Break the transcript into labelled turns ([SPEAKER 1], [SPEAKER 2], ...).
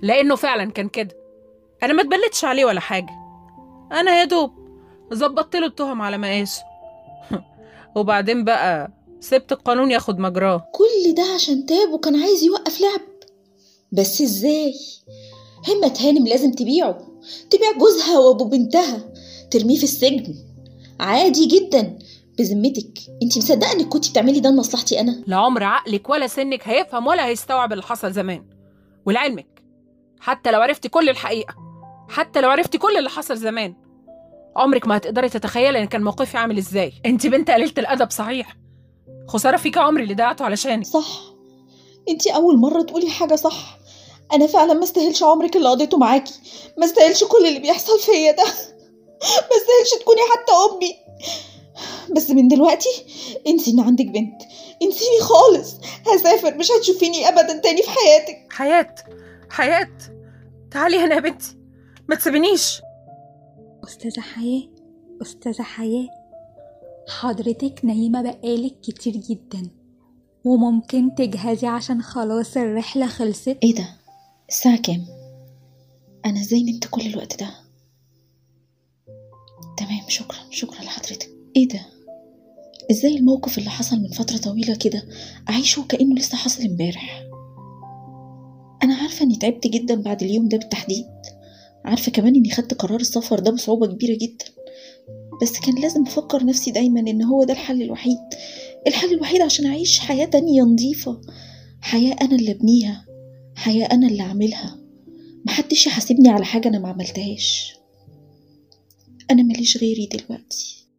[SPEAKER 1] لأنه فعلا كان كده. أنا ما اتبلتش عليه ولا حاجة، أنا يا دوب ظبطت له التهم على مقاسه. وبعدين بقى سبت القانون ياخد مجراه.
[SPEAKER 2] كل ده عشان تاب وكان عايز يوقف لعب؟ بس ازاي؟ همة هانم لازم تبيع جوزها وابو بنتها، ترميه في السجن عادي جدا. بذمتك انتي مصدقه انك كنتي بتعملي ده لمصلحتي انا؟
[SPEAKER 1] لعمر عقلك ولا سنك هيفهم ولا هيستوعب اللي حصل زمان. ولعلمك، حتى لو عرفتي كل الحقيقة، حتى لو عرفتي كل اللي حصل زمان، عمرك ما هتقدري تتخيلي ان كان موقفي عامل ازاي. انت بنت قليلة الادب صحيح، خسارة فيك عمري اللي ضيعته علشانك.
[SPEAKER 2] صح، انتي اول مره تقولي حاجه صح. انا فعلا ما استاهلش عمرك اللي قضيته معاكي، ما استاهلش كل اللي بيحصل فيا ده، ما استاهلش تكوني حتى امي. بس من دلوقتي انسي ان عندك بنت، انسيني خالص. هسافر، مش هتشوفيني ابدا تاني في حياتك.
[SPEAKER 1] حياة، تعالي هنا يا بنتي، ما تسيبنيش.
[SPEAKER 3] أستاذة حياة، حضرتك نايمة بقالك كتير جدا، وممكن تجهزي عشان خلاص الرحلة خلصت.
[SPEAKER 2] ايه ده؟ الساعة كام؟ انا ازاي نمت كل الوقت ده؟ تمام، شكرا لحضرتك. ايه ده؟ ازاي الموقف اللي حصل من فترة طويلة كده اعيشه كأنه لسه حصل امبارح؟ انا عارفة اني تعبت جدا بعد اليوم ده بالتحديد، عارفة كمان اني خدت قرار السفر ده بصعوبة كبيرة جدا، بس كان لازم افكر نفسي دايما ان هو ده الحل الوحيد عشان اعيش حياة تانية نظيفة، حياة انا اللي ابنيها، حياة انا اللي اعملها، محدش يحاسبني على حاجة انا ما عملتهاش. انا ماليش غيري دلوقتي.